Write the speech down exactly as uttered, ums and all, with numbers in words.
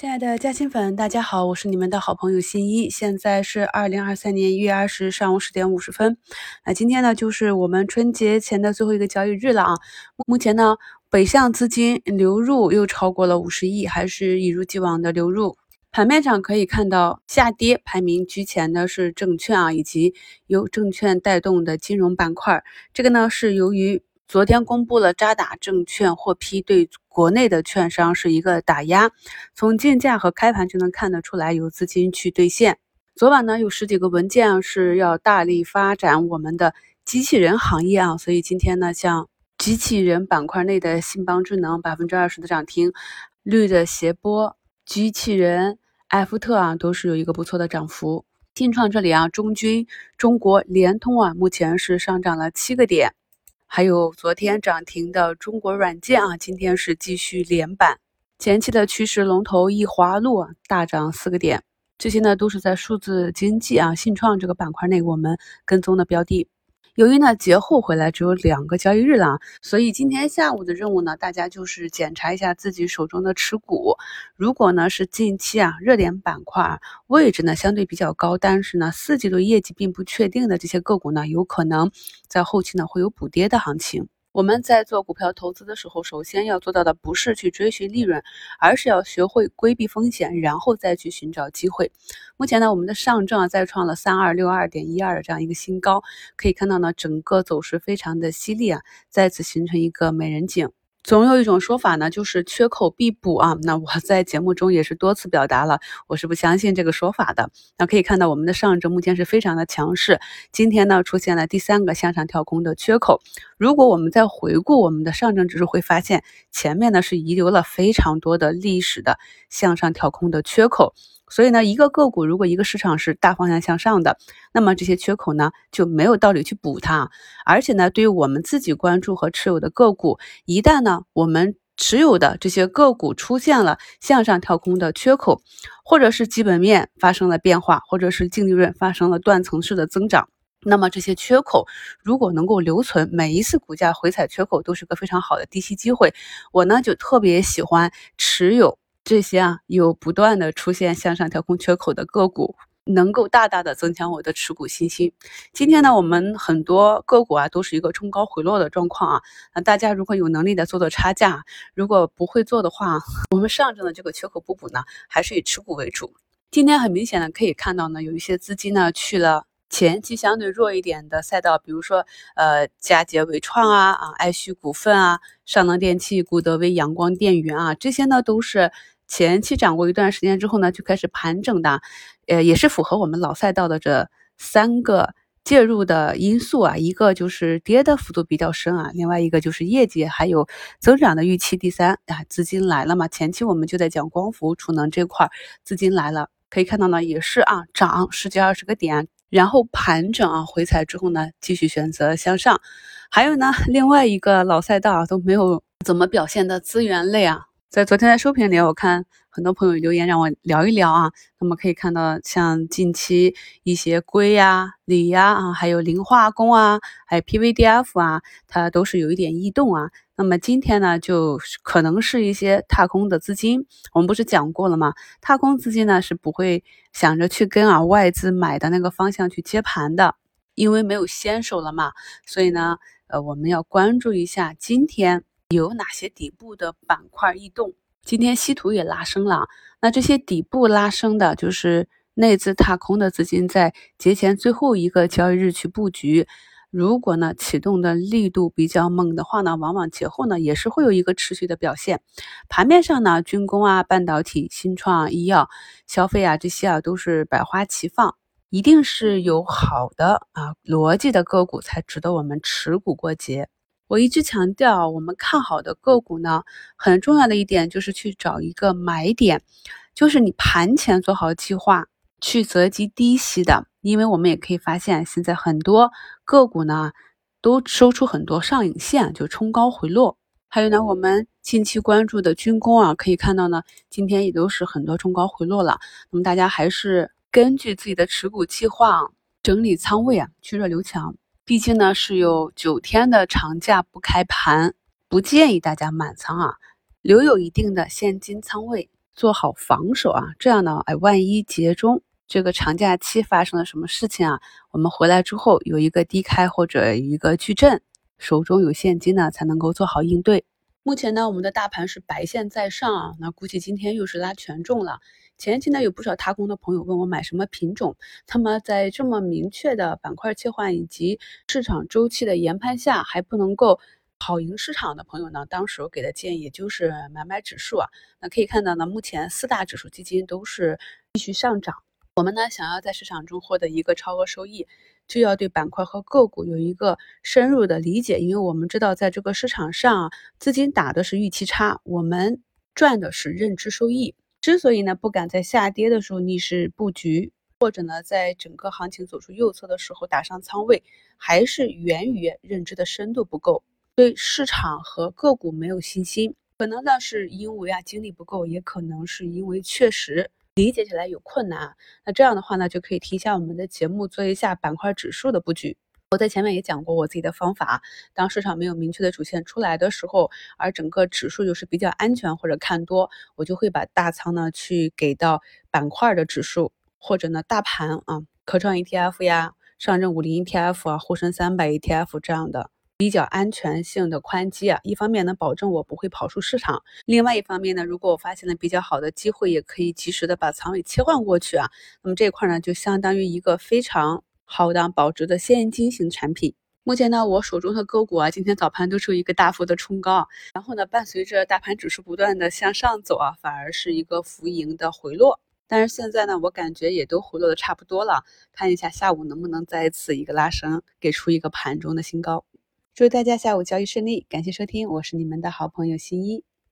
亲爱的嘉兴粉，大家好，我是你们的好朋友新一。现在是二零二三年一月二十日上午十点五十分。那今天呢，就是我们春节前的最后一个交易日了啊。目前呢，北向资金流入又超过了五十亿，还是一如既往的流入。盘面上可以看到，下跌排名居前的是证券啊，以及由证券带动的金融板块。这个呢，是由于昨天公布了渣打证券获批对国内的券商是一个打压，从竞价和开盘就能看得出来有资金去兑现。昨晚呢有十几个文件啊是要大力发展我们的机器人行业啊，所以今天呢像机器人板块内的信邦智能百分之二十的涨停，绿的谐波、机器人、艾夫特啊都是有一个不错的涨幅。信创这里啊，中军、中国联通啊目前是上涨了七个点。还有昨天涨停的中国软件啊，今天是继续连板。前期的趋势龙头易华路啊大涨四个点，这些呢都是在数字经济啊信创这个板块内我们跟踪的标的。由于呢节后回来只有两个交易日了，所以今天下午的任务呢，大家就是检查一下自己手中的持股。如果呢是近期啊热点板块位置呢相对比较高，但是呢四季度业绩并不确定的这些个股呢，有可能在后期呢会有补跌的行情。我们在做股票投资的时候，首先要做到的不是去追寻利润，而是要学会规避风险，然后再去寻找机会。目前呢，我们的上证啊再创了三二六二点一二的这样一个新高，可以看到呢，整个走势非常的犀利啊，再次形成一个美人颈。总有一种说法呢，就是缺口必补啊。那我在节目中也是多次表达了，我是不相信这个说法的。那可以看到我们的上证目前是非常的强势，今天呢出现了第三个向上跳空的缺口。如果我们再回顾我们的上证指数，会发现前面呢是遗留了非常多的历史的向上跳空的缺口。所以呢，一个个股如果一个市场是大方向向上的，那么这些缺口呢就没有道理去补它。而且呢，对于我们自己关注和持有的个股，一旦呢我们持有的这些个股出现了向上跳空的缺口，或者是基本面发生了变化，或者是净利润发生了断层式的增长，那么这些缺口如果能够留存，每一次股价回踩缺口都是个非常好的低吸机会。我呢就特别喜欢持有这些啊有不断的出现向上跳空缺口的个股，能够大大的增强我的持股信心。今天呢我们很多个股啊都是一个冲高回落的状况啊，那大家如果有能力的做做差价，如果不会做的话，我们上证的这个缺口补补呢还是以持股为主。今天很明显的可以看到呢，有一些资金呢去了前期相对弱一点的赛道，比如说呃佳捷伟创啊、啊爱旭股份啊、上能电气、固德威、阳光电源啊，这些呢都是前期涨过一段时间之后呢就开始盘整的，呃也是符合我们老赛道的这三个介入的因素啊，一个就是跌的幅度比较深啊，另外一个就是业绩还有增长的预期，第三啊资金来了嘛，前期我们就在讲光伏储能这块资金来了，可以看到呢也是啊涨十几二十个点，然后盘整啊回踩之后呢继续选择向上。还有呢另外一个老赛道啊都没有怎么表现的资源类啊，在昨天的收评里我看很多朋友留言让我聊一聊啊，那么可以看到像近期一些硅呀、锂呀啊，还有磷化工啊，还有 P V D F 啊，它都是有一点异动啊。那么今天呢就可能是一些踏空的资金，我们不是讲过了吗？踏空资金呢是不会想着去跟啊外资买的那个方向去接盘的，因为没有先手了嘛，所以呢呃我们要关注一下今天有哪些底部的板块异动。今天稀土也拉升了，那这些底部拉升的就是内资踏空的资金在节前最后一个交易日去布局，如果呢启动的力度比较猛的话呢，往往节后呢也是会有一个持续的表现。盘面上呢，军工啊、半导体、新创、医药、消费啊这些啊都是百花齐放，一定是有好的啊逻辑的个股才值得我们持股过节。我一直强调，我们看好的个股呢，很重要的一点就是去找一个买点，就是你盘前做好计划，去择机低吸的。因为我们也可以发现，现在很多个股呢，都收出很多上影线，就冲高回落。还有呢，我们近期关注的军工啊，可以看到呢，今天也都是很多冲高回落了。那么大家还是根据自己的持股计划整理仓位啊，去弱留强。毕竟呢是有九天的长假不开盘，不建议大家满仓啊，留有一定的现金仓位。 做好防守啊，这样呢，哎，万一节中这个长假期发生了什么事情啊，我们回来之后有一个低开或者有一个矩阵，手中有现金呢，才能够做好应对。目前呢，我们的大盘是白线在上啊，那估计今天又是拉权重了。前期呢，有不少踏空的朋友问我买什么品种，那么在这么明确的板块切换以及市场周期的研判下，还不能够跑赢市场的朋友呢，当时我给的建议就是买买指数啊。那可以看到呢，目前四大指数基金都是继续上涨。我们呢，想要在市场中获得一个超额收益，就要对板块和个股有一个深入的理解，因为我们知道在这个市场上啊，资金打的是预期差，我们赚的是认知收益。之所以呢不敢在下跌的时候逆势布局，或者呢在整个行情走出右侧的时候打上仓位，还是源于认知的深度不够，对市场和个股没有信心。可能呢是因为啊精力不够，也可能是因为确实理解起来有困难。那这样的话呢，就可以提前我们的节目做一下板块指数的布局。我在前面也讲过我自己的方法，当市场没有明确的主线出来的时候，而整个指数又是比较安全或者看多，我就会把大仓呢去给到板块的指数，或者呢大盘啊，科创 E T F 呀、上证五零 E T F 啊、沪深三百 E T F 这样的比较安全性的宽基啊，一方面呢保证我不会跑出市场，另外一方面呢，如果我发现了比较好的机会，也可以及时的把仓位切换过去啊。那么这一块呢，就相当于一个非常好的保值的现金型产品。目前呢，我手中的个股啊，今天早盘都是有一个大幅的冲高，然后呢，伴随着大盘指数不断的向上走啊，反而是一个浮盈的回落。但是现在呢，我感觉也都回落的差不多了，看一下下午能不能再一次一个拉升，给出一个盘中的新高。祝大家下午交易顺利，感谢收听，我是你们的好朋友新一。